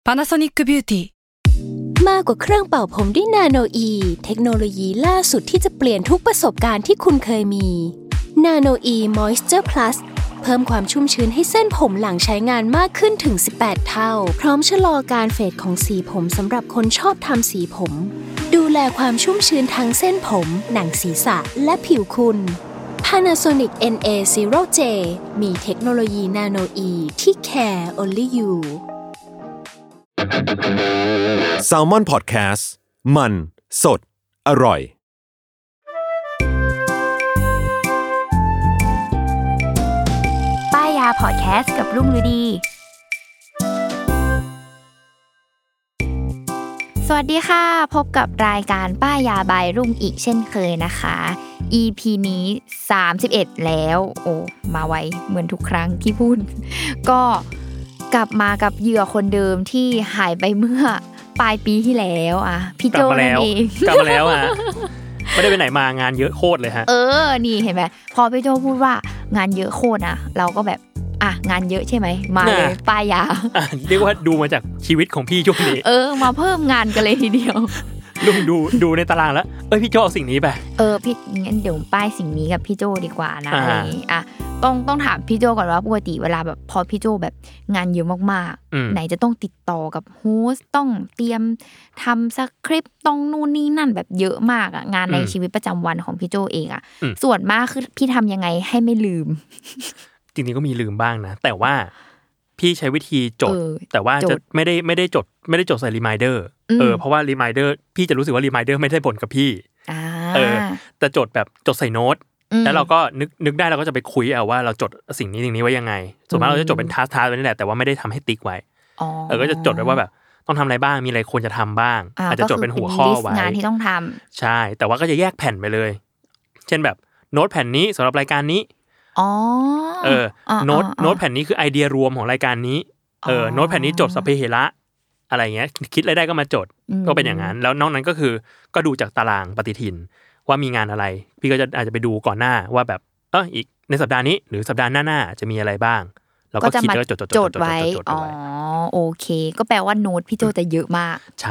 Panasonic Beauty มากกว่าเครื่องเป่าผมด้วยนาโนอีเทคโนโลยีล่าสุดที่จะเปลี่ยนทุกประสบการณ์ที่คุณเคยมีนาโนอีมอยส์เจอร์พลัสเพิ่มความชุ่มชื้นให้เส้นผมหลังใช้งานมากขึ้นถึง18เท่าพร้อมชะลอการเฟดของสีผมสำหรับคนชอบทำสีผมดูแลความชุ่มชื้นทั้งเส้นผมหนังศีรษะและผิวคุณ Panasonic NA0J มีเทคโนโลยีนาโนอีที่ care only you Salmon Podcast มันสดอร่อยป้ายยาพอดแคสต์กับรุ่งฤดีสวัสดีค่ะพบกับรายการป้ายยาบายรุ่งอีกเช่นเคยนะคะ EP นี้31แล้วโอ้มาไวเหมือนทุกครั้งที่พูดก็กลับมากับเหยื่อคนเดิมที่หายไปเมื่อปลายปีที่แล้วอ่ะพี่โจนั่นเองกลับมาแล้วอ่ะไม่ได้ไปไหนมางานเยอะโคตรเลยฮะนี่เห็นไหมพอพี่โจพูดว่างานเยอะโคตรนะเราก็แบบงานเยอะใช่ไหมมาเลยป้ายยาเรียกว่าดูมาจากชีวิตของพี่ช่วงนี้มาเพิ่มงานกันเลยทีเดียวลุงดูในตารางแล้วพี่โจเอาสิ่งนี้ไปพี่งั้นเดี๋ยวป้ายสิ่งนี้กับพี่โจดีกว่านะอะไรต้องถามพี่โจก่อนว่าปกติเวลาแบบพอพี่โจแบบงานเยอะมากๆไหนจะต้องติดต่อกับโฮสต์ต้องเตรียมทำสคริปต์ต้องนู่นนี่นั่นแบบเยอะมากอ่ะงานในชีวิตประจำวันของพี่โจเองอ่ะส่วนมากคือพี่ทำยังไงให้ไม่ลืมจริงๆก็มีลืมบ้างนะแต่ว่าพี่ใช้วิธีจดแต่ว่าจะไม่ได้จดใส่รีมายเดอร์เพราะว่ารีมายเดอร์พี่จะรู้สึกว่ารีมายเดอร์ไม่ได้ผลกับพี่แต่จดแบบจดใส่โน้ตแล้วเราก็นึกได้เราก็จะไปคุยเอาว่าเราจดสิ่งนี้ไว้ยังไงส่วนมากเราจะจดเป็นทัสไว้นี่แหละแต่ว่าไม่ได้ทำให้ติ๊กไว้ก็จะจดไว้ว่าแบบต้องทำอะไรบ้างมีอะไรควรจะทำบ้างอาจจะจดเป็นหัวข้อไว้งานที่ต้องทำใช่แต่ว่าก็จะแยกแผ่นไปเลยเช่นแบบโน้ตแผ่นนี้สำหรับรายการนี้โน้ตแผ่นนี้คือไอเดียรวมของรายการนี้โน้ตแผ่นนี้จดสัพเพเหระอะไรเงี้ยคิดอะไรได้ก็มาจดก็เป็นอย่างนั้นแล้วนอกนั้นก็คือก็ดูจากตารางปฏิทินว่ามีงานอะไรพี่ก็จะอาจจะไปดูก่อนหน้าว่าแบบอีกในสัปดาห์นี้หรือสัปดาห์หน้าจะมีอะไรบ้างแล้วก็คิดแล้วจดไว้โอเคก็แปลว่าโน้ตพี่โจจะเยอะมากใช่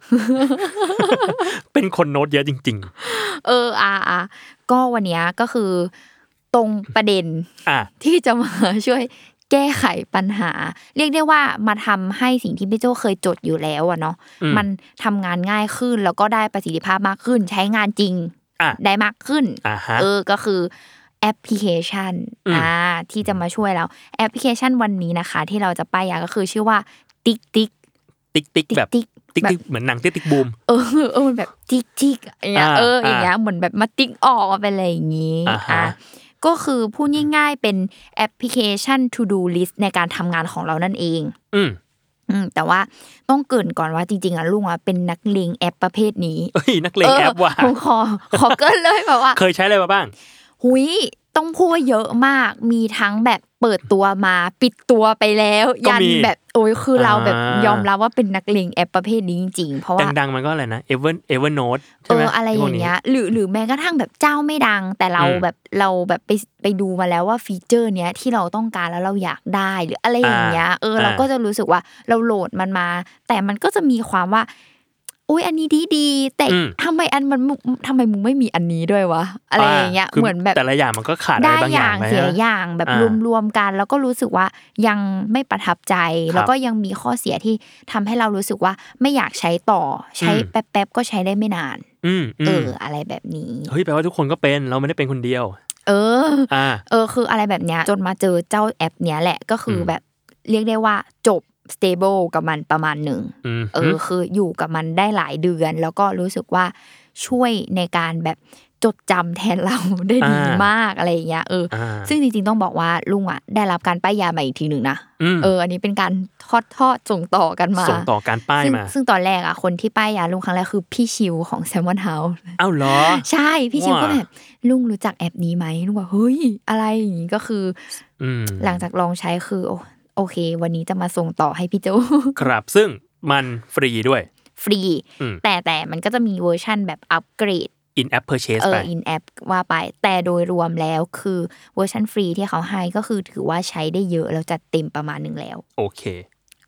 เป็นคนโน้ตเยอะจริงๆก็วันนี้ก็คือตรงประเด็นที่จะมาช่วยแก้ไขปัญหาเรียกได้ว่ามาทำให้สิ่งที่พี่โจเคยจดอยู่แล้วเนาะมันทำงานง่ายขึ้นแล้วก็ได้ประสิทธิภาพมากขึ้นใช้งานจริงได้มากขึ้นก็คือแอปพลิเคชันที่จะมาช่วยเราแอปพลิเคชันวันนี้นะคะที่เราจะป้ายยาก็คือชื่อว่าติ๊กแบบติ๊กเหมือนหนังติ๊กบูมมันแบบติ๊กอย่างเงี้ยอย่างเงี้ยเหมือนแบบมาติ๊กออกเป็นอะไรอย่างงี้ก็คือพูดง่ายๆเป็นแอปพลิเคชัน To Do List ในการทำงานของเรานั่นเองแต่ว่าต้องเกริ่นก่อนว่าจริงๆลุงเป็นนักเลงแอปประเภทนี้นักเลงแอปว่ะขอเกริ่นเลยแบบว่าเคยใช้อะไรมาบ้างหุยต้องพูดเยอะมากมีทั้งแบบเปิดตัวมาปิดตัวไปแล้วยันแบบคือเราแบบยอมรับว่าเป็นนักเลงแอปประเภทนี้จริงๆเพราะว่าดังๆมันก็อะไรนะ Evernote ใช่มั้ยอะไรอย่างเงี้ยหรือแม้กระทั่งแบบเจ้าไม่ดังแต่เราแบบไปดูมาแล้วว่าฟีเจอร์เนี้ยที่เราต้องการแล้วเราอยากได้หรืออะไรอย่างเงี้ยเราก็จะรู้สึกว่าเราโหลดมันมาแต่มันก็จะมีความว่าอันนี้ดีแต่ทำไมทำไมมึงไม่มีอันนี้ด้วยวะอะไรอย่างเงี้ยเหมือนแบบแต่ละอย่างมันก็ขาดอะไรบางอย่างเสียอย่างแบบรวมๆกันแล้วก็รู้สึกว่ายังไม่ประทับใจแล้วก็ยังมีข้อเสียที่ทำให้เรารู้สึกว่าไม่อยากใช้ต่อใช้แป๊บๆก็ใช้ได้ไม่นานอะไรแบบนี้เฮ้ยแปลว่าทุกคนก็เป็นเราไม่ได้เป็นคนเดียวคืออะไรแบบเนี้ยจนมาเจอเจ้าแอปเนี้ยแหละก็คือแบบเรียกได้ว่าจบstable กับมันประมาณหนึ่งคืออยู่กับมันได้หลายเดือนแล้วก็รู้สึกว่าช่วยในการแบบจดจำแทนเราได้ดีมากอะไรอย่างเงี้ยซึ่งจริงๆต้องบอกว่าลุงได้รับการป้ายยามาอีกทีนึงนะอันนี้เป็นการทอดส่งต่อกันมาส่งต่อการป้ายมาซึ่งตอนแรกคนที่ป้ายยาลุงครั้งแรกคือพี่ชิวของ Salmon House อ้าวเหรอใช่พี่ชิวก็แบบลุงรู้จักแอปนี้ไหมลุงบอกเฮ้ยอะไรอย่างงี้ก็คือหลังจากลองใช้คือโอเควันนี้จะมาส่งต่อให้พี่โจครับซึ่งมันฟรีด้วยฟรีแต่มันก็จะมีเวอร์ชั่นแบบอัปเกรด in app purchase ไป in app ว่าไปแต่โดยรวมแล้วคือเวอร์ชั่นฟรีที่เขาให้ก็คือถือว่าใช้ได้เยอะแล้วจัดเต็มประมาณนึงแล้วโอเค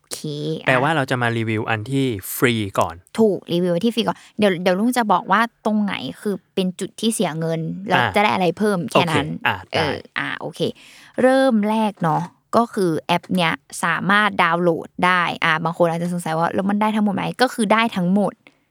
เคแปลว่าเราจะมารีวิวอันที่ฟรีก่อนถูกรีวิวที่ฟรีก่อนเดี๋ยวลุงจะบอกว่าตรงไหนคือเป็นจุดที่เสียเงินแล้วจะได้อะไรเพิ่มแค่นั้นโอเคเริ่มแรกเนาะก็คือแอปเนี้ยสามารถดาวน์โหลดได้บางคนอาจจะสงสัยว่าแล้วมันได้ทั้งหมดไหมก็คือได้ทั้งหมด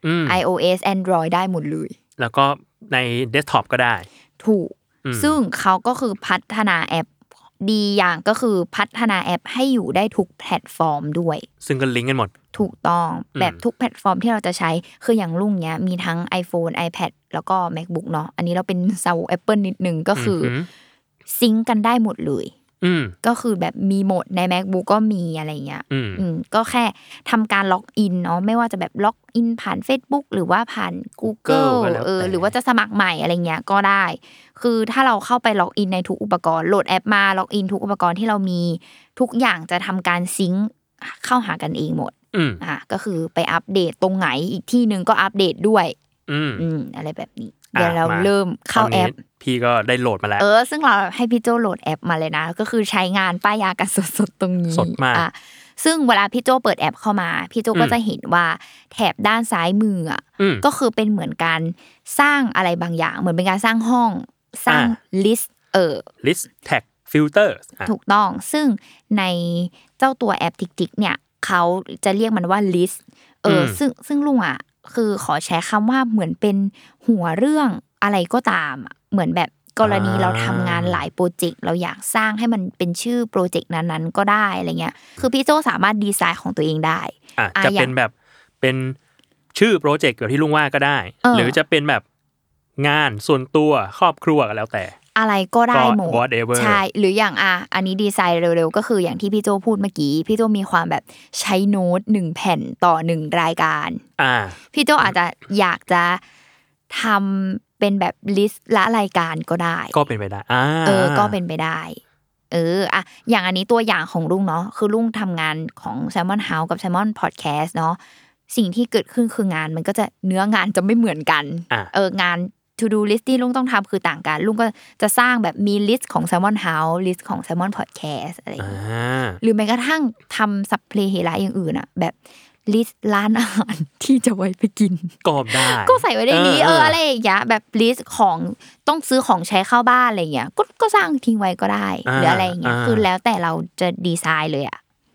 iOS Android ได้หมดเลยแล้วก็ในเดสก์ท็อปก็ได้ถูกซึ่งเขาก็คือพัฒนาแอปดีอย่างก็คือพัฒนาแอปให้อยู่ได้ทุกแพลตฟอร์มด้วยซึ่งก็ลิงก์กันหมดถูกต้องแบบทุกแพลตฟอร์มที่เราจะใช้คืออย่างลุงเนี้ยมีทั้ง iPhone iPad แล้วก็ MacBook เนาะอันนี้เราเป็นสาว Apple นิดนึงก็คือซิงก์กันได้หมดเลยก็คือแบบมีโหมดใน MacBook ก็มีอะไรเงี้ยก็แค่ทำการล็อกอินเนาะไม่ว่าจะแบบล็อกอินผ่าน Facebook หรือว่าผ่าน Google หรือว่าจะสมัครใหม่อะไรเงี้ยก็ได้คือถ้าเราเข้าไปล็อกอินในทุกอุปกรณ์โหลดแอปมาล็อกอินทุกอุปกรณ์ที่เรามีทุกอย่างจะทำการซิงค์เข้าหากันเองหมดก็คือไปอัปเดตตรงไหนอีกที่นึงก็อัปเดตด้วยอะไรแบบนี้เดี๋ยวเราเริ่มเข้าแอปพี่ก็ได้โหลดมาแล้วซึ่งเราให้พี่โจโหลดแอปมาเลยนะก็คือใช้งานป้ายยากันสดๆตรงนี้สดมากซึ่งเวลาพี่โจเปิดแอปเข้ามาพี่โจก็จะเห็นว่าแถบด้านซ้ายมือก็คือเป็นเหมือนการสร้างอะไรบางอย่างเหมือนเป็นการสร้างห้องสร้างลิสต์ list tag filter ถูกต้องซึ่งในเจ้าตัวแอปทิกๆเนี่ยเขาจะเรียกมันว่า list ซึ่งลุงคือขอใช้คำว่าเหมือนเป็นหัวเรื่องอะไรก็ตามเหมือนแบบกรณีเราทำงานหลายโปรเจกต์เราอยากสร้างให้มันเป็นชื่อโปรเจกต์นั้นๆก็ได้อะไรเงี้ยคือพี่โจสามารถดีไซน์ของตัวเองได้จะเป็นแบบเป็นชื่อโปรเจกต์แบบที่ลุงว่าก็ได้หรือจะเป็นแบบงานส่วนตัวครอบครัวก็แล้วแต่อะไรก็ได้หมดใช่หรืออย่างอันนี้ดีไซน์เร็วๆก็คืออย่างที่พี่โจพูดเมื่อกี้พี่โจมีความแบบใช้โน้ต1แผ่นต่อ1รายการพี่โจอาจจะอยากจะทำเป็นแบบลิสต์ละรายการก็ได้ก็เป็นไปได้ก็เป็นไปได้อย่างอันนี้ตัวอย่างของลุงเนาะคือลุงทำงานของ Salmon House กับ Salmon Podcast เนาะสิ่งที่เกิดขึ้นคืองานมันก็จะเนื้องานจะไม่เหมือนกันงาน to do list ที่ลุงต้องทำคือต่างกันลุงก็จะสร้างแบบมีลิสต์ของ Salmon House ลิสต์ของ Salmon Podcast อะไรอย่างเงี้ยหรือแม้กระทั่งทำสัพเพเหระอย่างอื่นแบบลิสต์ร้านอาหารที่จะไว้ไปกินก็ได้ก็ใส่ไว้ในนี้อะไรอย่างเงี้ยแบบลิสต์ของต้องซื้อของใช้เข้าบ้านอะไรอย่างเงี้ยก็สร้างทิ้งไว้ก็ได้หรืออะไรอย่างเงี้ยคือแล้วแต่เราจะดีไซน์เลย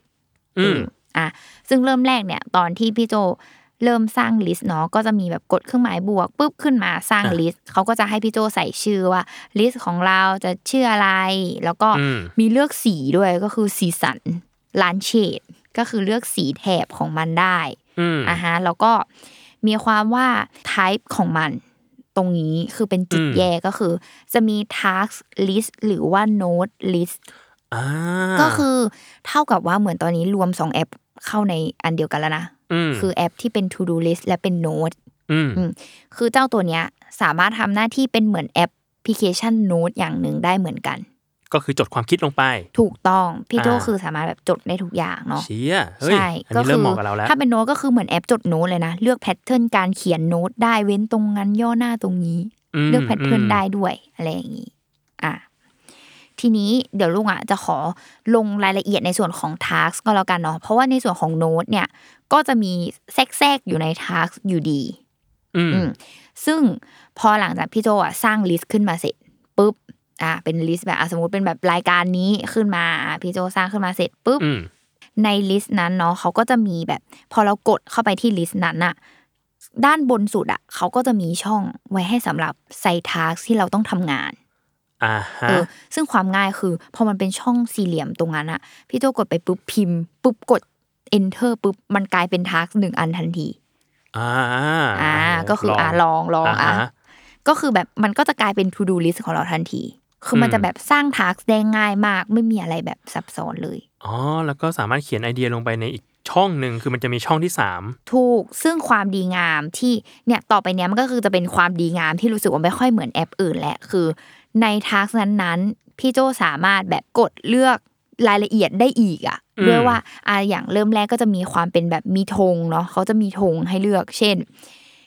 ซึ่งเริ่มแรกเนี่ยตอนที่พี่โจเริ่มสร้างลิสต์เนาะก็จะมีแบบกดเครื่องหมายบวกปุ๊บขึ้นมาสร้างลิสต์เขาก็จะให้พี่โจใส่ชื่อว่าลิสต์ของเราจะชื่ออะไรแล้วก็มีเลือกสีด้วยก็คือสีสันล้านเฉดก็คือเลือกสีแถบของมันได้แล้วก็มีความว่า type ของมันตรงนี้คือเป็นจุดแยกก็คือจะมี task list หรือว่า note list ก็คือเท่ากับว่าเหมือนตอนนี้รวม2แอปเข้าในอันเดียวกันแล้วนะคือแอปที่เป็น to do list และเป็น note คือเจ้าตัวเนี้ยสามารถทำหน้าที่เป็นเหมือนแอปพลิเคชัน note อย่างหนึ่งได้เหมือนกันก็คือจดความคิดลงไปถูกต้องพี่โจคือสามารถแบบจดได้ทุกอย่างเนาะใช่ก็คือถ้าเป็นโน้ตก็คือเหมือนแอปจดโน้ตเลยนะเลือกแพทเทิร์นการเขียนโน้ตได้เว้นตรงนั้นย่อหน้าตรงนี้เลือกแพทเทิร์นได้ด้วยอะไรอย่างนี้ทีนี้เดี๋ยวลุงจะขอลงรายละเอียดในส่วนของ task ก็แล้วกันเนาะเพราะว่าในส่วนของโน้ตเนี่ยก็จะมีแทรกอยู่ใน task อยู่ดีซึ่งพอหลังจากพี่โจสร้างลิสต์ขึ้นมาเสร็จปุ๊บเป็นลิสต์แบบสมมุติเป็นแบบรายการนี้ขึ้นมาพี่โจสร้างขึ้นมาเสร็จปุ๊บในลิสต์นั้นเนาะเขาก็จะมีแบบพอเรากดเข้าไปที่ลิสต์นั้นด้านบนสุดเขาก็จะมีช่องไว้ให้สำหรับใส่ task ที่เราต้องทำงานซึ่งความง่ายคือพอมันเป็นช่องสี่เหลี่ยมตรงนั้นพี่โจกดไปปุ๊บพิมพ์ปุ๊บกด enter ปุ๊บมันกลายเป็น task 1อันทันทีก็คือลองก็คือแบบมันก็จะกลายเป็น to do list ของเราทันทีคือมันจะแบบสร้าง task ได้ง่ายมากไม่มีอะไรแบบซับซ้อนเลยแล้วก็สามารถเขียนไอเดียลงไปในอีกช่องนึงคือมันจะมีช่องที่3 ถูกซึ่งความดีงามที่เนี่ยต่อไปเนี้ยมันก็คือจะเป็นความดีงามที่รู้สึกว่าไม่ค่อยเหมือนแอปอื่นแหละคือใน task นั้นๆพี่โจสามารถแบบกดเลือกรายละเอียดได้อีกด้วยว่าอย่างเริ่มแรกก็จะมีความเป็นแบบมีธงเนาะเขาจะมีธงให้เลือกเช่น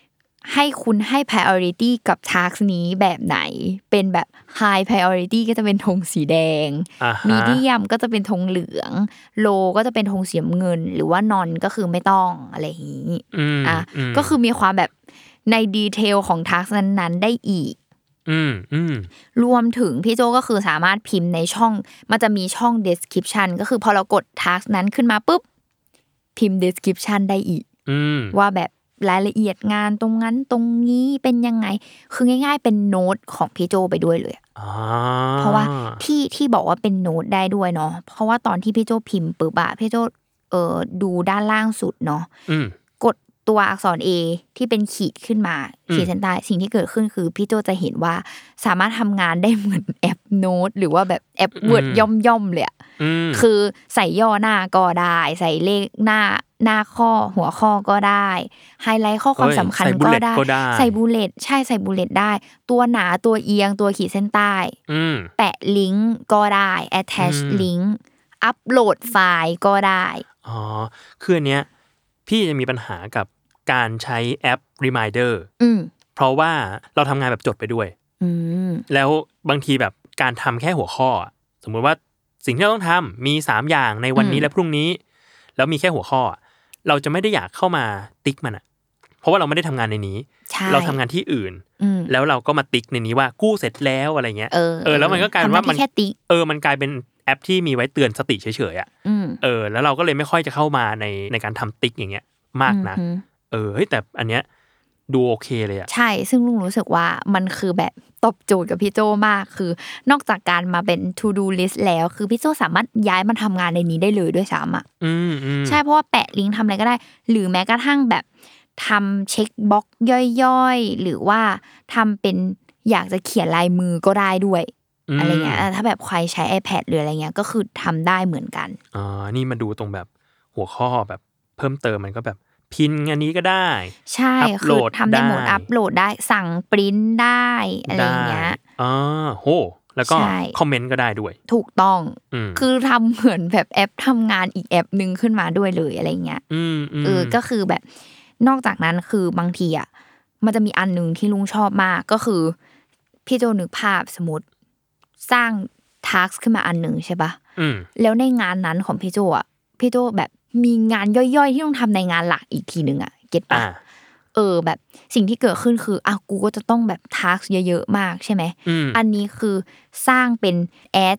ให้คุณให้ priority กับ task นี้แบบไหนเป็นแบบ high priority ก็จะเป็นธงสีแดง medium ก็จะเป็นธงเหลือง low ก็จะเป็นธงสีน้ำเงินหรือว่า none ก็คือไม่ต้องอะไรอย่างนี้ก็คือมีความแบบในดีเทลของ task นั้นๆได้อีกรวมถึงพี่โจก็คือสามารถพิมพ์ในช่องมันจะมีช่อง description ก็คือพอเรากด task นั้นขึ้นมาปุ๊บพิมพ์ description ได้อีกว่าแบบรายละเอียดงานตรงนั้นตรงนี้เป็นยังไงคือง่ายๆเป็นโน้ตของพี่โจไปด้วยเลยเพราะว่าที่บอกว่าเป็นโน้ตได้ด้วยเนาะเพราะว่าตอนที่พี่โจพิมพ์ปุ๊บอะพี่โจดูด้านล่างสุดเนาะกดตัวอักษร A ที่เป็นขีดขึ้นมาขีดเส้นใต้สิ่งที่เกิดขึ้นคือพี่โจจะเห็นว่าสามารถทำงานได้เหมือนแอปโน้ตหรือว่าแบบแอป Word ย่อมๆเลยคือใส่ย่อหน้าก็ได้ใส่เลขหน้าข้อหัวข้อก็ได้ไฮไลท์ข้อความสำคัญก็ได้ใส่บูลเลตใช่ใส่บูลเลตได้ตัวหนาตัวเอียงตัวขีดเส้นใต้แปะลิงก์ก็ได้ attach ลิงก์อัปโหลดไฟล์ก็ได้คืออันเนี้ยพี่จะมีปัญหากับการใช้แอป Reminder เพราะว่าเราทำงานแบบจดไปด้วยแล้วบางทีแบบการทำแค่หัวข้อสมมุติว่าสิ่งที่เราต้องทำมี3อย่างในวันนี้และพรุ่งนี้แล้วมีแค่หัวข้อเราจะไม่ได้อยากเข้ามาติ๊กมันเพราะว่าเราไม่ได้ทำงานในนี้เราทำงานที่อื่นแล้วเราก็มาติ๊กในนี้ว่ากู้เสร็จแล้วอะไรเงี้ยแล้วมันก็กลายเป็นว่ามันมันกลายเป็นแอปที่มีไว้เตือนสติเฉยๆแล้วเราก็เลยไม่ค่อยจะเข้ามาในการทำติ๊กอย่างเงี้ยมากนะเฮ้ยแต่อันเนี้ยดูโอเคเลยใช่ซึ่งลุงรู้สึกว่ามันคือแบบตอบโจทย์กับพี่โจมากคือนอกจากการมาเป็น to do list แล้วคือพี่โจสามารถย้ายมาทำงานในนี้ได้เลยด้วยซ้ำใช่เพราะว่าแปะลิงก์ทำอะไรก็ได้หรือแม้กระทั่งแบบทำเช็คบ็อกย่อยๆหรือว่าทำเป็นอยากจะเขียนลายมือก็ได้ด้วยอะไรเงี้ยถ้าแบบใครใช้ iPad หรืออะไรเงี้ยก็คือทำได้เหมือนกันนี่มาดูตรงแบบหัวข้อแบบเพิ่มเติมมันก็แบบพินอันนี้ก็ได้ใช่คือทำได้หมดอัปโหลดได้สั่งปริ้นได้อะไรเงี้ยโหแล้วก็คอมเมนต์ก็ได้ด้วยถูกต้องคือทำเหมือนแบบแอปทำงานอีกแอปนึงขึ้นมาด้วยเลยอะไรเงี้ยก็คือแบบนอกจากนั้นคือบางทีอ่ะมันจะมีอันนึงที่ลุงชอบมากก็คือพี่โจนึกภาพสมมติสร้างทาสขึ้นมาอันนึงใช่ปะแล้วในงานนั้นของพี่โจอ่ะพี่โจแบบมีงานย่อยๆที่ต้องทำในงานหลักอีกทีนึงอ่ะเก็ตป่ะแบบสิ่งที่เกิดขึ้นคือกูก็จะต้องแบบทาสเยอะๆมากใช่ไหมอันนี้คือสร้างเป็น add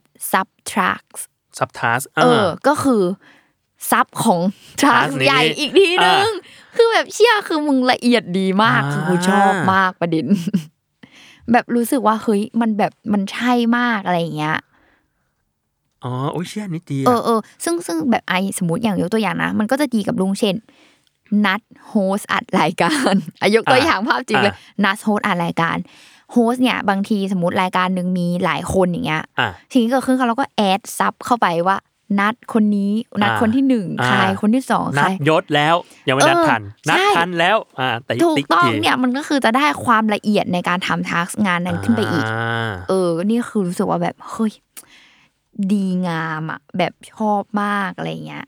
sub task ก็คือซับของทาสใหญ่อีกทีนึงคือแบบเชี่ยคือมึงละเอียดดีมากคือกูชอบมากประเด็นแบบรู้สึกว่าเฮ้ยมันแบบมันใช่มากอะไรอย่างเงี้ยโอ้ยเชี่ยนิดเดียวซึ่งแบบสมมุติอย่างยกตัวอย่างนะมันก็จะดีกับลุงเช่นนัดโฮสต์อัดรายการยกตัวอย่างภาพจริงเลยนัดโฮสต์อัดรายการโฮสต์เนี่ยบางทีสมมุติรายการนึงมีหลายคนอย่างเงี้ยสิ่งที่เกิดขึ้นเราก็แอดซับเข้าไปว่านัดคนนี้นัดคนที่1ใครคนที่2ใครนัดยศแล้วยังไม่นัดทันนัดทันแล้วแต่ถูกต้องเนี่ยมันก็คือจะได้ความละเอียดในการทำทาสงานนั้นขึ้นไปอีกนี่คือรู้สึกว่าแบบเฮ้ยดีงามอ่ะแบบชอบมากอะไรเงี้ย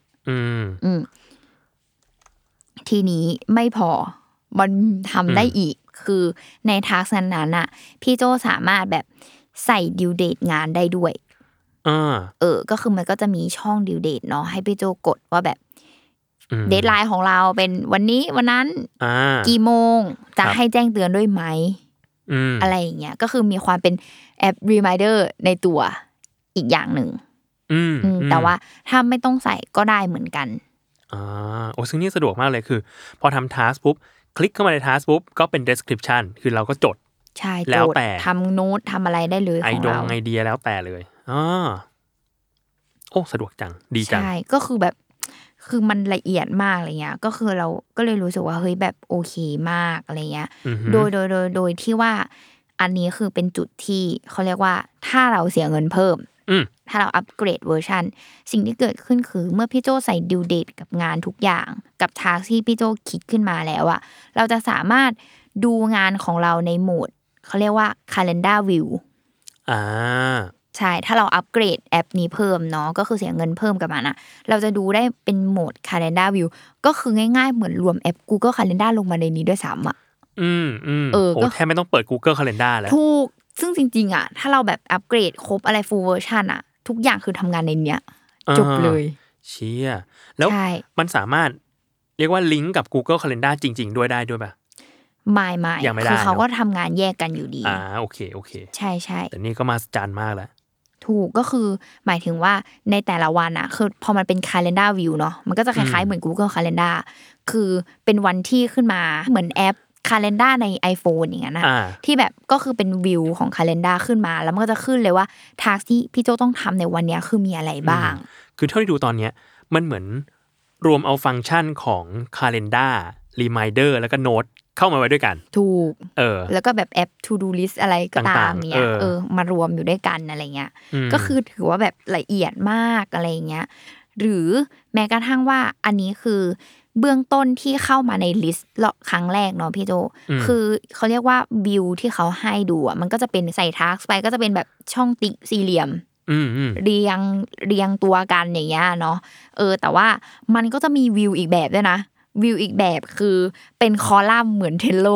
ทีนี้ไม่พอมันทำได้อีกคือในทาสนั้นน่ะพี่โจสามารถแบบใส่ดิวเดตงานได้ด้วยก็คือมันก็จะมีช่องดิวเดตเนาะให้พี่โจกดว่าแบบเดดไลน์ของเราเป็นวันนี้วันนั้นกี่โมงจะให้แจ้งเตือนด้วยไหมอะไรอย่างเงี้ยก็คือมีความเป็นแอป Reminder ในตัวอีกอย่างหนึ่งแต่ว่าถ้าไม่ต้องใส่ก็ได้เหมือนกันซึ่งนี่สะดวกมากเลยคือพอทำ task ปุ๊บคลิกเข้ามาใน task ปุ๊บก็เป็น description คือเราก็จดใช่แล้วแต่ทำโน้ตทำอะไรได้เลยของเราไอเดียแล้วแต่เลยสะดวกจังดีจังใช่ก็คือแบบคือมันละเอียดมากอะไรเงี้ยก็คือเราก็เลยรู้สึกว่าเฮ้ยแบบโอเคมากอะไรเงี้ยโดยที่ว่าอันนี้คือเป็นจุดที่เขาเรียกว่าถ้าเราเสียเงินเพิ่มถ้าเราอัปเกรดเวอร์ชันสิ่งที่เกิดขึ้นคือเมื่อพี่โจใส่ดิวเดตกับงานทุกอย่างกับทาสที่พี่โจคิดขึ้นมาแล้วอะเราจะสามารถดูงานของเราในโหมดเขาเรียกว่า calendar view ใช่ถ้าเราอัปเกรดแอปนี้เพิ่มเนาะก็คือเสียเงินเพิ่มกับมันอะเราจะดูได้เป็นโหมด calendar view ก็คือง่ายๆเหมือนรวมแอป Google Calendar ลงมาในนี้ด้วยซ้ำอะโอ้แทบไม่ต้องเปิด Google Calendar แล้วถูกซึ่งจริงๆอ่ะถ้าเราแบบอัปเกรดครบอะไร full version อ่ะทุกอย่างคือทำงานในเนี้ยจบเลยเชี่ยแล้วมันสามารถเรียกว่าลิงก์กับ Google Calendar จริงๆด้วยได้ด้วยป่ะไม่คือเขาก็ทำงานแยกกันอยู่ดีโอเคใช่แต่นี่ก็มาจานมากแล้วถูกก็คือหมายถึงว่าในแต่ละวันอ่ะคือพอมันเป็น calendar view เนาะมันก็จะคล้ายๆเหมือน Google Calendar คือเป็นวันที่ขึ้นมาเหมือนแอป calendar ใน iPhone อย่างเงี้ยนะที่แบบก็คือเป็นวิวของ calendar ขึ้นมาแล้วมันก็จะขึ้นเลยว่า task ที่พี่โจต้องทำในวันนี้คือมีอะไรบ้างคือเท่าที่ดูตอนเนี้ยมันเหมือนรวมเอาฟังก์ชันของ calendar reminder แล้วก็ note เข้ามาไว้ด้วยกันถูกแล้วก็แบบแอป to do list อะไรก็ตามเนี่ยมารวมอยู่ด้วยกันอะไรเงี้ยก็คือถือว่าแบบละเอียดมากอะไรเงี้ยหรือแม้กระทั่งว่าอันนี้คือเบื้องต้นที่เข้ามาในลิสต์ครั้งแรกเนาะพี่โจคือเขาเรียกว่าวิวที่เขาให้ดูอ่ะมันก็จะเป็นใส่ทักไปก็จะเป็นแบบช่องติ๊กสี่เหลี่ยมเรียงตัวกันอย่างเงี้ยเนาะแต่ว่ามันก็จะมีวิวอีกแบบด้วยนะวิวอีกแบบคือเป็นคอลัมน์เหมือนเทลโล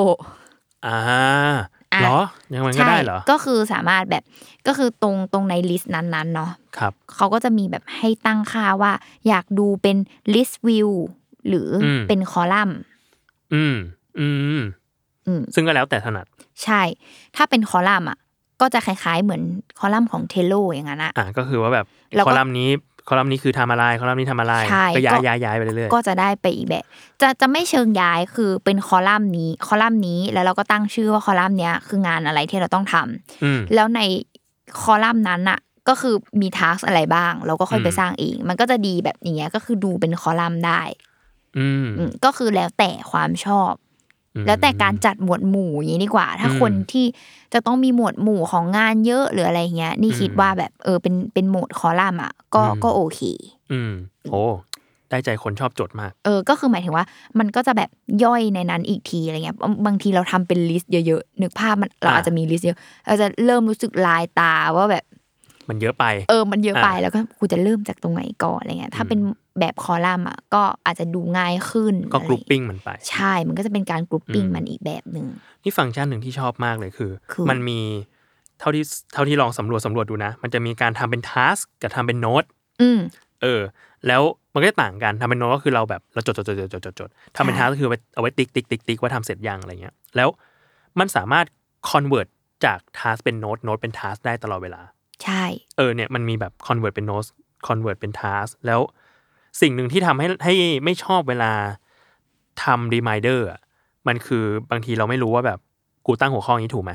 เหรอยังมันก็ได้เหรอก็คือสามารถแบบก็คือตรงในลิสต์นั้นๆเนาะครับเขาก็จะมีแบบให้ตั้งค่าว่าอยากดูเป็นลิสต์วิวหรือเป็นคอลัมน์ซึ่งก็แล้วแต่ถนัดใช่ถ้าเป็นคอลัมน์อ่ะก็จะคล้ายๆเหมือนคอลัมน์ของเทลโลอย่างนั้นนะก็คือว่าแบบคอลัมน์นี้คือทำอะไรคอลัมน์นี้ทำอะไรก็ย้ายไปเรื่อยๆก็จะได้ไปอีกแบบจะไม่เชิงย้ายคือเป็นคอลัมน์นี้แล้วเราก็ตั้งชื่อว่าคอลัมน์เนี้ยคืองานอะไรที่เราต้องทำแล้วในคอลัมน์นั้นน่ะก็คือมีทาสอะไรบ้างเราก็ค่อยไปสร้างเองมันก็จะดีแบบอย่างเงี้ยก็คือดูเป็นคอลัมน์ได้ก็คือแล้วแต่ความชอบแล้วแต่การจัดหมวดหมู่อย่างนี้ดีกว่าถ้าคนที่จะต้องมีหมวดหมู่ของงานเยอะหรืออะไรเงี้ยนี่คิดว่าแบบเป็นโหมดคอลัมน์อ่ะก็โอเคโอ้ได้ใจคนชอบจดมากก็คือหมายถึงว่ามันก็จะแบบย่อยในนั้นอีกทีอะไรเงี้ยบางทีเราทำเป็นลิสต์เยอะๆนึกภาพมันเราอาจจะมีลิสต์เยอะเราจะเริ่มรู้สึกลายตาว่าแบบมันเยอะไปมันเยอะไปแล้วก็กูจะเริ่มจากตรงไหนก่อนอะไรเงี้ยถ้าเป็นแบบคอลัมน์อ่ะก็อาจจะดูง่ายขึ้นก็กรุ๊ปปิ้งมันไปใช่มันก็จะเป็นการกรุ๊ปปิ้งมันอีกแบบนึงนี่ฟังก์ชันนึงที่ชอบมากเลยคือมันมีเท่าที่ลองสำรวจดูนะมันจะมีการทำเป็นทาสกับทำเป็นโน้ตแล้วมันก็ต่างกันทำเป็นโน้ตก็คือเราแบบเราจดทำเป็นทาสก็คือเอาไว้ติ๊กว่าทำเสร็จยังอะไรเงี้ยแล้วมันสามารถคอนเวิร์ตจากทาสเป็นโน้ตเป็นทาสได้ตลอดเวลาใช่เนี่ยมันมีแบบคอนเวิร์ตเป็นโน้ตคอนเวิร์ตเป็นทาสแล้วสิ่งหนึ่งที่ทำให้ไม่ชอบเวลาทำรีมายเดอร์มันคือบางทีเราไม่รู้ว่าแบบกูตั้งหัวข้อนี้ถูกไหม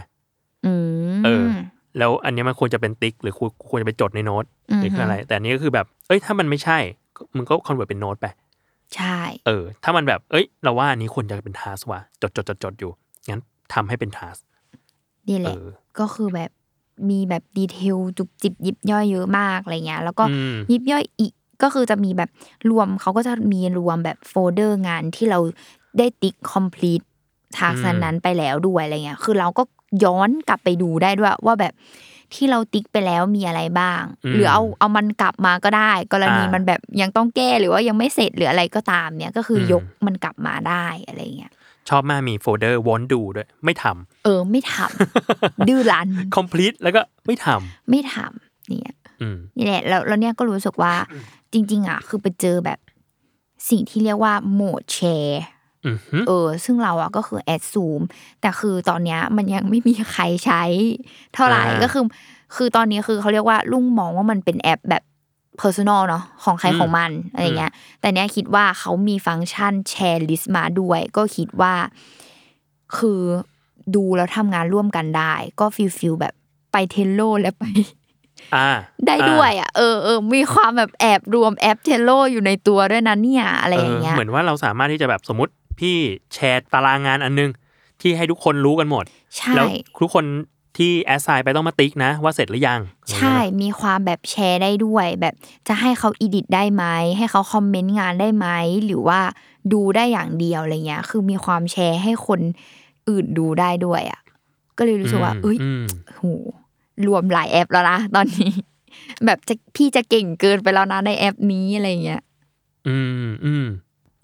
แล้วอันนี้มันควรจะเป็นติ๊กหรือควรจะไปจดในโน้ตหรืออะไรแต่อันนี้ก็คือแบบถ้ามันไม่ใช่มึงก็คอนเวิร์ตเป็นโน้ตไปใช่ถ้ามันแบบเราว่าอันนี้ควรจะเป็นทาสว่ะจดอยู่งั้นทำให้เป็นทาสนี่แหละก็คือแบบมีแบบดีเทลจุบจิบยิบย่อยเยอะมากอะไรเงี้ยแล้วก็ยิบย่อยอีกก็คือจะมีแบบรวมเขาก็จะมีรวมแบบโฟลเดอร์งานที่เราได้ติ๊ก complete ทาสนั้นไปแล้วด้วยอะไรเงี้ยคือเราก็ย้อนกลับไปดูได้ด้วยว่าแบบที่เราติ๊กไปแล้วมีอะไรบ้างหรือเอามันกลับมาก็ได้กรณีมันแบบยังต้องแก้หรือว่ายังไม่เสร็จหรืออะไรก็ตามเนี่ยก็คือยกมันกลับมาได้อะไรเงี้ยชอบมากมีโฟลเดอร์ won't do ด้วยไม่ทำไม่ทำดื้อรั้น complete แล้วก็ไม่ทำเนี่ยนี่แหละแล้วเนี่ยก็รู้สึกว่าจริงๆอ่ะคือไปเจอแบบสิ่งที่เรียกว่าโหมดแชร์ซึ่งเราอ่ะก็คือแอดซูมแต่คือตอนเนี้ยมันยังไม่มีใครใช้เท่าไหร่ก็คือตอนนี้คือเขาเรียกว่าลุงมองว่ามันเป็นแอปแบบ personal เนาะของใครของมันอะไรเงี้ยแต่เนี้ยคิดว่าเขามีฟังก์ชันแชร์ลิสต์มาด้วยก็คิดว่าคือดูแล้วทำงานร่วมกันได้ก็ฟีลแบบไปเทลโลแล้วไปได้ด้วยอ่ะมีความแบบแอบรวมแอปเทลโลอยู่ในตัวด้วยนะเนี่ยอะไรอย่างเงี้ยเหมือนว่าเราสามารถที่จะแบบสมมติพี่แชร์ตารางงานอันนึงที่ให้ทุกคนรู้กันหมดแล้วทุกคนที่แอสไซน์ไปต้องมาติ๊กนะว่าเสร็จหรือยังใช่มีความแบบแชร์ได้ด้วยแบบจะให้เขาอีดิทได้ไหมให้เขาคอมเมนต์งานได้ไหมหรือว่าดูได้อย่างเดียวอะไรเงี้ยคือมีความแชร์ให้คนอื่นดูได้ด้วยอ่ะก็เลยรู้สึกว่าโหรวมหลายแอปแล้วนะตอนนี้แบบพี่จะเก่งเกินไปแล้วนะในแอปนี้อะไรเงี้ยจ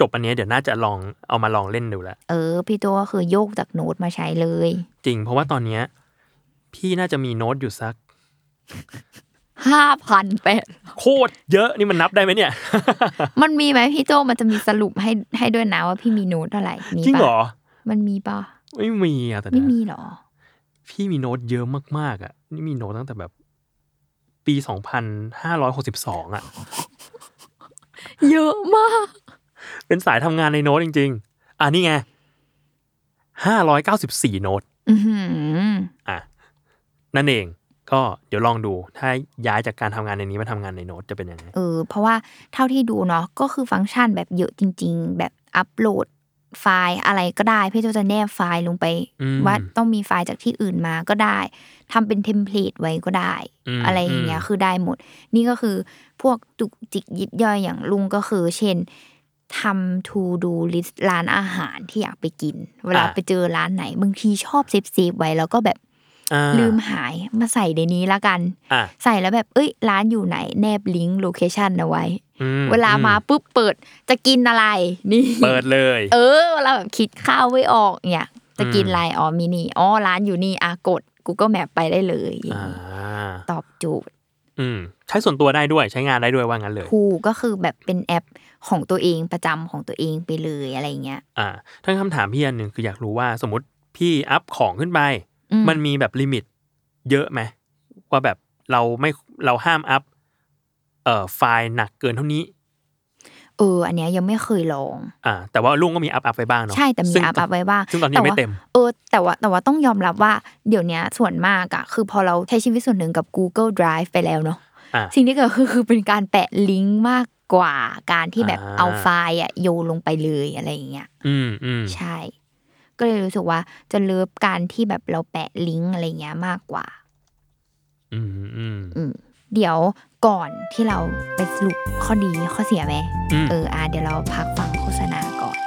จบอันนี้เดี๋ยวน่าจะลองเอามาลองเล่นดูแล้วพี่โจก็คือโยกจากโน้ตมาใช้เลยจริงเพราะว่าตอนนี้พี่น่าจะมีโน้ตอยู่สัก 5,800 โคตรเยอะนี่มันนับได้ไหมเนี่ยมันมีไหมพี่โจมันจะมีสรุปให้ด้วยนะว่าพี่มีโน้ตเท่าไหร่จริงเหรอมันมีป่ะไม่มีอ่ะแต่ไม่มีหรอพี่มีโน้ตเยอะมากๆอ่ะนี่มีโน้ตตั้งแต่แบบปี2562อ่ะเยอะมากเป็นสายทำงานในโน้ตจริงๆนี่ไง594โน้ตนั่นเองก็เดี๋ยวลองดูถ้าย้ายจากการทำงานในนี้มาทำงานในโน้ตจะเป็นยังไงเพราะว่าเท่าที่ดูเนาะก็คือฟังก์ชันแบบเยอะจริงๆแบบอัปโหลดไฟล์อะไรก็ได้พี่จะแนบไฟล์ลงไปว่าต้องมีไฟล์จากที่อื่นมาก็ได้ทำเป็นเทมเพลตไว้ก็ได้อะไรอย่างเงี้ยคือได้หมดนี่ก็คือพวกจุกจิกยิบย่อยอย่างลุงก็คือเช่นทำ to do list ร้านอาหารที่อยากไปกินเวลาไปเจอร้านไหนบางทีชอบเซฟไว้แล้วก็แบบลืมหายมาใส่ในนี้ละกันใส่แล้วแบบร้านอยู่ไหนแนบลิงก์โลเคชั่นเอาไว้เวลามาปุ๊บเปิดจะกินอะไรนี่เปิดเลยเวลาแบบคิดข้าวไม่ออกเนี่ยจะกินอะไรมีนี่ร้านอยู่นี่กด Google Map ไปได้เลยตอบโจทย์ใช้ส่วนตัวได้ด้วยใช้งานได้ด้วยว่างั้นเลยถูกก็คือแบบเป็นแอปของตัวเองประจำของตัวเองไปเลยอะไรเงี้ยทั้งคำถามพี่อันนึงคืออยากรู้ว่าสมมติพี่อัพของขึ้นไปมันมีแบบลิมิตเยอะไหมว่าแบบเราห้ามอัพไฟล์หนักเกินเท่านี้อันเนี้ยยังไม่เคยลองแต่ว่าลุงก็มีอัพไว้บ้างเนาะใช่แต่มีอัพไว้บ้างซึ่งตอนนี้ไม่เต็มแต่ว่าต้องยอมรับว่าเดี๋ยวนี้ส่วนมากคือพอเราใช้ชีวิตส่วนหนึ่งกับ Google Drive ไปแล้วเนาะสิ่งที่เกิดคือเป็นการแปะลิงก์มากกว่าการที่แบบเอาไฟล์โยนลงไปเลยอะไรอย่างเงี้ยใช่ก็เลยรู้สึกว่าจะเลิฟการที่แบบเราแปะลิงก์อะไรเงี้ยมากกว่าเดี๋ยวก่อนที่เราไปสรุปข้อดีข้อเสียไหมเดี๋ยวเราพักฟังโฆษณาก่อน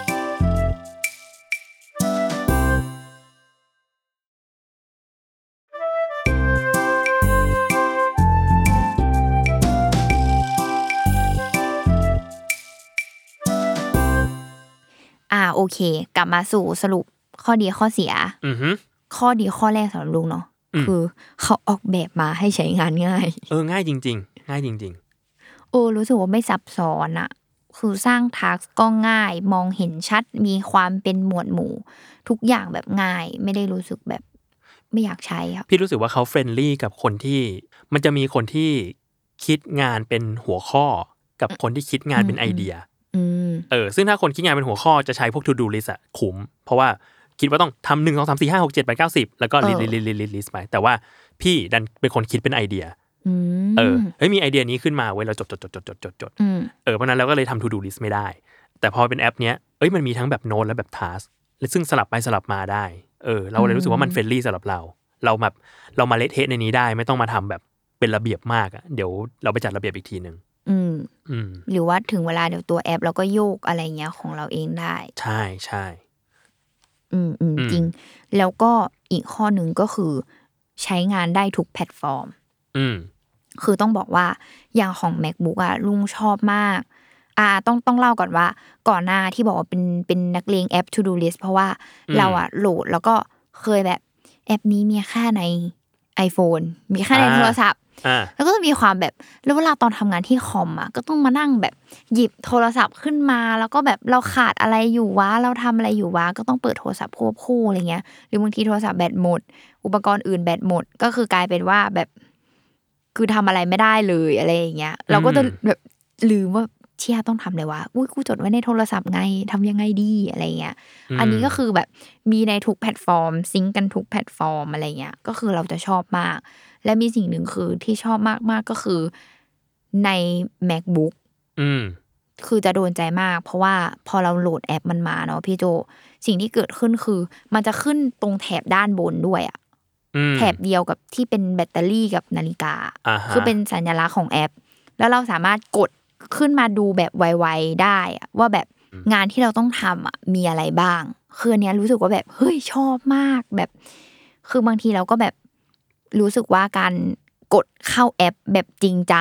โอเคกลับมาสู่สรุปข้อดีข้อเสียข้อดีข้อแรกสำหรับลุงเนาะคือเขาออกแบบมาให้ใช้งานง่ายง่ายจริงๆง่ายจริงๆรู้สึกว่าไม่ซับซ้อนคือสร้างทาสก์ก็ง่ายมองเห็นชัดมีความเป็นหมวดหมู่ทุกอย่างแบบง่ายไม่ได้รู้สึกแบบไม่อยากใช้ครับพี่รู้สึกว่าเขาเฟรนลี่กับคนที่มันจะมีคนที่คิดงานเป็นหัวข้อกับคนที่คิดงานเป็นไอเดียซึ่งถ้าคนคิดงานเป็นหัวข้อจะใช้พวก to do list คุ้มเพราะว่าคิดว่าต้องทำ1 2 3 4 5 6 7 8 9 10แล้วก็ลิสต์ไปแต่ว่าพี่ดันเป็นคนคิดเป็นไอเดียมีไอเดียนี้ขึ้นมาเว้ยเราจดเพราะนั้นเราก็เลยทำ to do list ไม่ได้แต่พอเป็นแอปเนี้ยมันมีทั้งแบบโน้ตและแบบ task ซึ่งสลับไปสลับมาได้เราเลยรู้สึกว่ามันเฟรนลี่สำหรับเรามาเละเทะในนี้ได้ไม่ต้องมาทำแบบเป็นระเบียบมากเดี๋ยวเราไปจัดระเบียบอีกทีนึงหรือว่าถึงเวลาเดี๋ยวตัวแอปเราก็โยกอะไรเงี้ยของเราเองได้ใช่ใช่จริงแล้วก็อีกข้อหนึ่งก็คือใช้งานได้ทุกแพลตฟอร์มคือต้องบอกว่าอย่างของ MacBook ลุงชอบมากต้องเล่าก่อนว่าก่อนหน้าที่บอกว่าเป็นนักเลงแอป To Do List เพราะว่าเราโหลดแล้วก็เคยแบบแอปนี้มีแค่ใน iPhone มีแค่ในโทรศัพท์แล้วก็จะมีความแบบแล้วเวลาตอนทำงานที่คอมก็ต้องมานั่งแบบหยิบโทรศัพท์ขึ้นมาแล้วก็แบบเราขาดอะไรอยู่วะเราทำอะไรอยู่วะก็ต้องเปิดโทรศัพท์ควบคู่อะไรเงี้ยหรือบางทีโทรศัพท์แบตหมดอุปกรณ์อื่นแบตหมดก็คือกลายเป็นว่าแบบคือทำอะไรไม่ได้เลยอะไรอย่างเงี้ยเราก็จะแบบลืมว่าเชี่ยต้องทำเลยวะกูจดไว้ในโทรศัพท์ไงทำยังไงดีอะไรเงี้ยอันนี้ก็คือแบบมีในทุกแพลตฟอร์มซิงค์กันทุกแพลตฟอร์มอะไรเงี้ยก็คือเราจะชอบมากและมีสิ่งหนึ่งคือที่ชอบมากๆก็คือใน MacBook คือจะโดนใจมากเพราะว่าพอเราโหลดแอปมันมาเนาะพี่โจสิ่งที่เกิดขึ้นคือมันจะขึ้นตรงแถบด้านบนด้วยแถบเดียวกับที่เป็นแบตเตอรี่กับนาฬิกาคือเป็นสัญลักษณ์ของแอปแล้วเราสามารถกดขึ้นมาดูแบบไวๆได้ว่าแบบงานที่เราต้องทำมีอะไรบ้างคืออันเนี้ยรู้สึกว่าแบบเฮ้ยชอบมากแบบคือบางทีเราก็แบบรู้สึกว่าการกดเข้าแอปแบบจริงจัง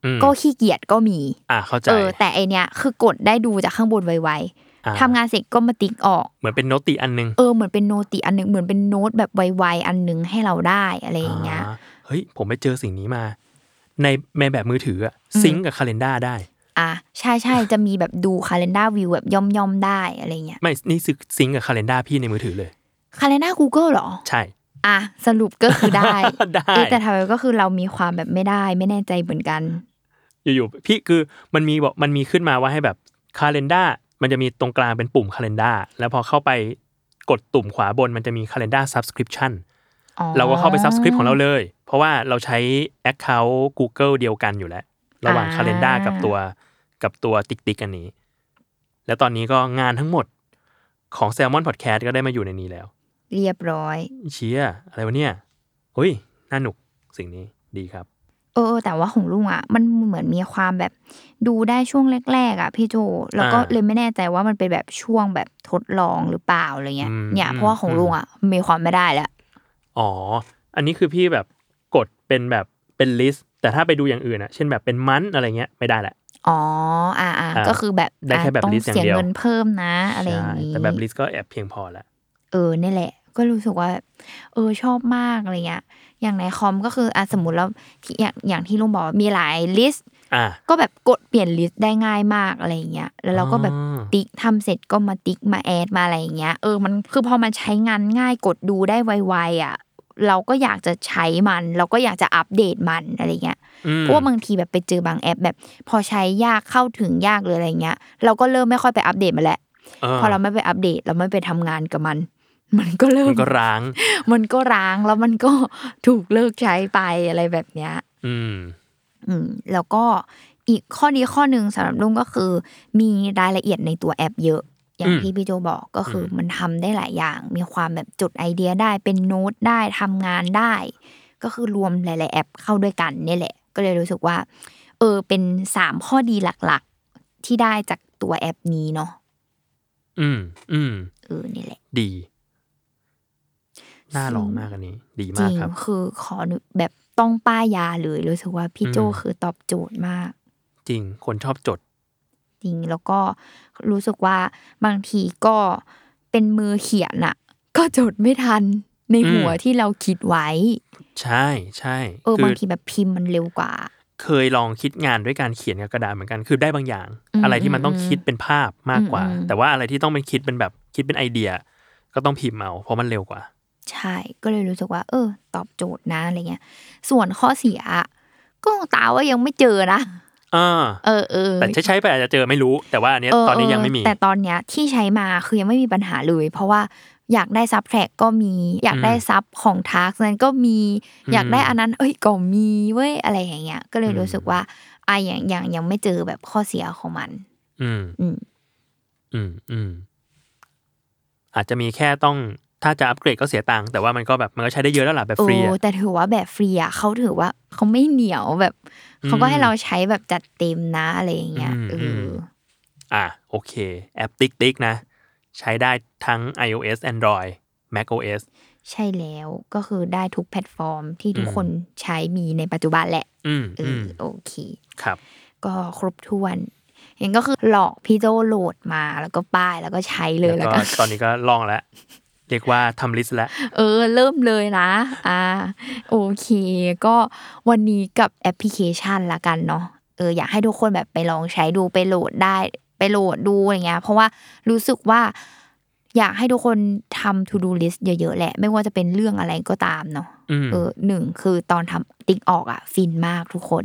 ก็ขี้เกียจก็มีเข้าใจแต่ไอเนี้ยคือกดได้ดูจากข้างบนไวๆทำงานเสร็จก็มาติ๊กออกเหมือนเป็นโน้ตติอันนึงเหมือนเป็นโน้ตติอันนึงเหมือนเป็นโน้ตแบบไวๆอันนึงให้เราได้อะไรอย่างเงี้ยเฮ้ยผมไปเจอสิ่งนี้มาในแบบมือถืออะซิงก์กับ calendar ได้ใช่ๆจะมีแบบดู calendar view แบบย่อมๆได้อะไรเงี้ยไม่นี่ซิงก์กับ calendar พี่ในมือถือเลย calendar Google หรอใช่สรุปก็คือได้แต่ทำไมก็คือเรามีความแบบไม่แน่ใจเหมือนกันอยู่ๆพี่คือมันมีขึ้นมาว่าให้แบบ calendar มันจะมีตรงกลางเป็นปุ่ม calendar แล้วพอเข้าไปกดตุ่มขวาบนมันจะมี calendar subscription เราก็เข้าไป subscribe ของเราเลยเพราะว่าเราใช้ account Google เดียวกันอยู่แล้วระหว่าง calendar กับตัวติ๊กๆอันนี้แล้วตอนนี้ก็งานทั้งหมดของ Salmon Podcast ก็ได้มาอยู่ในนี้แล้วเรียบร้อยเชียอะไรวะเนี่ยเฮ้ยน่าหนุกสิ่งนี้ดีครับแต่ว่าของลุงมันเหมือนมีความแบบดูได้ช่วงแรกๆพี่โจแล้วก็เลยไม่แน่ใจว่ามันเป็นแบบช่วงแบบทดลองหรือเปล่าอะไรเงี้ยเนี่ยเพราะว่าของลุงมีความไม่ได้แล้วอันนี้คือพี่แบบกดเป็นแบบเป็นลิสต์แต่ถ้าไปดูอย่างอื่นเช่นแบบเป็นมันอะไรเงี้ยไม่ได้แหละก็คือแบบได้แค่แบบลิสต์อย่างเดียวต้องเสียเงินเพิ่มนะอะไรอย่างงี้แต่แบบลิสต์ก็แอบเพียงพอแล้วนี่แหละก็รู้สึกว่าชอบมากอะไรเงี้ยอย่างในคอมก็คือสมมุติแล้วอย่างที่ลุงบอกมีหลายลิสต์ก็แบบกดเปลี่ยนลิสต์ได้ง่ายมากอะไรเงี้ยแล้วเราก็แบบติ๊กทำเสร็จก็มาติ๊กมาแอดมาอะไรอย่างเงี้ยมันคือพอมันใช้งานง่ายกดดูได้ไวๆเราก็อยากจะใช้มันเราก็อยากจะอัปเดตมันอะไรเงี้ยเพราะว่าบางทีแบบไปเจอบางแอปแบบพอใช้ยากเข้าถึงยากเลยอะไรเงี้ยเราก็เริ่มไม่ค่อยไปอัปเดตมันแหละพอเราไม่ไปอัปเดตเราไม่ไปทำงานกับมันก็เริ่มมันก็ร้างแล้วมันก็ถูกเลิกใช้ไปอะไรแบบเนี้ยแล้วก็อีกข้อดีข้อนึงสำหรับลุงก็คือมีรายละเอียดในตัวแอปเยอะอย่างที่พี่โจบอกก็คือมันทำได้หลายอย่างมีความแบบจดไอเดียได้เป็นโน้ตได้ทำงานได้ก็คือรวมหลายๆแอปเข้าด้วยกันนี่แหละก็เลยรู้สึกว่าเป็น3ข้อดีหลักๆที่ได้จากตัวแอปนี้เนาะนี่แหละดีน่าลองมากอันนี้ดีมากครับคือขอแบบต้องป้ายยาเลยรู้สึกว่าพี่โจคือตอบโจทย์มากจริงคนชอบจดจริงแล้วก็รู้สึกว่าบางทีก็เป็นมือเขียนก็จดไม่ทันในหัวที่เราคิดไว้ใช่ใช่บางทีแบบพิมพ์มันเร็วกว่าเคยลองคิดงานด้วยการเขียนกับกระดาษเหมือนกันคือได้บางอย่างอะไรที่มันต้องคิดเป็นภาพมากกว่าแต่ว่าอะไรที่ต้องเป็นคิดเป็นแบบคิดเป็นไอเดียก็ต้องพิมพ์เอาเพราะมันเร็วกว่าใช่ก็เลยรู้สึกว่าตอบโจทย์นะอะไรเงี้ยส่วนข้อเสียก็ตาว่ายังไม่เจอนะแต่ใช้ไปอาจจะเจอไม่รู้แต่ว่าอันนี้ตอนนี้ยังไม่มีแต่ตอนเนี้ยที่ใช้มาคือยังไม่มีปัญหาเลยเพราะว่าอยากได้ซับแทร็กก็มีอยากได้ซับของทาร์กนั้นก็มีอยากได้อันนั้นก็มีเว้ยอะไรอย่างเงี้ยก็เลยรู้สึกว่าอย่างยังไม่เจอแบบข้อเสียของมันอาจจะมีแค่ต้องถ้าจะอัปเกรดก็เสียตังค์แต่ว่ามันก็ใช้ได้เยอะแล้วล่ะแบบฟรีแต่ถือว่าแบบฟรีเขาถือว่าเขาไม่เหนียวแบบเขาก็ให้เราใช้แบบจัดเต็มนะอะไรอย่างเงี้ยโอเคแอปติ๊กนะใช้ได้ทั้ง iOS Android macOS ใช่แล้วก็คือได้ทุกแพลตฟอร์มที่ทุกคนใช้มีในปัจจุบันแหละโอเคครับก็ครบถ้วนเห็นก็คือหลอกพี่โจโหลดมาแล้วก็ป้ายแล้วก็ใช้เลยแล้วก็ตอนนี้ก็ลองแล้วเรียกว่าทำลิสต์แล้วเริ่มเลยนะโอเคก็วันนี้กับแอปพลิเคชันละกันเนาะอยากให้ทุกคนแบบไปลองใช้ดูไปโหลดได้ไปโหลดดูอะไรเงี้ยเพราะว่ารู้สึกว่าอยากให้ทุกคนทำ to do list เยอะๆแหละไม่ว่าจะเป็นเรื่องอะไรก็ตามเนาะ1คือตอนทำติ๊กออกฟินมากทุกคน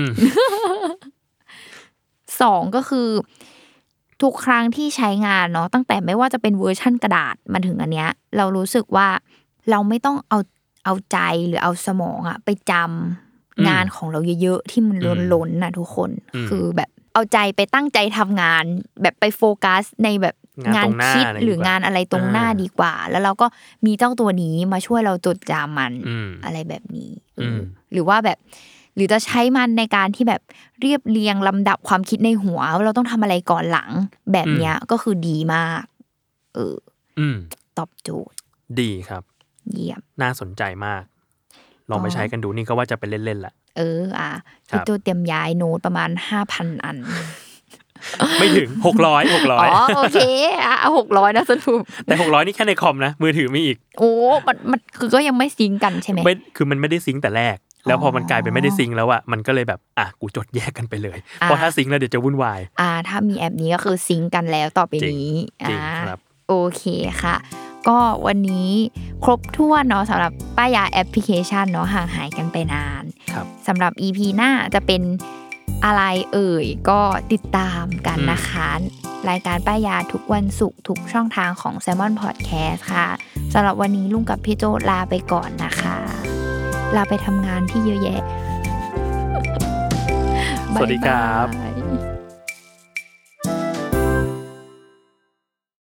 2ก็คือทุกครั้งที่ใช้งานเนาะตั้งแต่ไม่ว่าจะเป็นเวอร์ชั่นกระดาษมาถึงอันเนี้ยเรารู้สึกว่าเราไม่ต้องเอาใจหรือเอาสมองไปจำงานของเราเยอะๆที่มันล้นๆนะทุกคนคือแบบเอาใจไปตั้งใจทำงานแบบไปโฟกัสในแบบงานคิดหรืองานอะไรตรงหน้าดีกว่าแล้วเราก็มีเจ้าตัวนี้มาช่วยเราจดจำมันอะไรแบบนี้หรือว่าแบบหรือจะใช้มันในการที่แบบเรียบเรียงลำดับความคิดในหัวว่าเราต้องทำอะไรก่อนหลังแบบเนี้ยก็คือดีมากตอบโจทย์ดีครับเยี่ยมน่าสนใจมากลองไปใช้กันดูนี่ก็ว่าจะไปเล่นๆแหละพี่โจเตรียมย้ายโน้ตประมาณ 5,000 อันไม่ถึง600 อ๋อโอเค600นะสรุปแต่600นี่แค่ในคอมนะมือถือมีอีกโอ้มันคือก็ยังไม่ซิงกันใช่มั้ยไม่คือมันไม่ได้ซิงแต่แรกแล้วพอมันกลายเป็นไม่ได้ซิงแล้วอ่ะมันก็เลยแบบกูจดแยกกันไปเลยเพราะถ้าซิงแล้วเดี๋ยวจะวุ่นวายถ้ามีแอปนี้ก็คือซิงกันแล้วต่อไปนี้ครับโอเคค่ะก็วันนี้ครบถ้วนเนาะสำหรับป้ายยาแอปพลิเคชันเนาะห่างหายกันไปนานสำหรับ EP หน้าจะเป็นอะไรก็ติดตามกันนะคะรายการป้ายยาทุกวันศุกร์ทุกช่องทางของ Salmon Podcast ค่ะสำหรับวันนี้ลุงกับพี่โจลาไปก่อนนะคะลาไปทำงานที่เยอะแยะสวัสดีครับ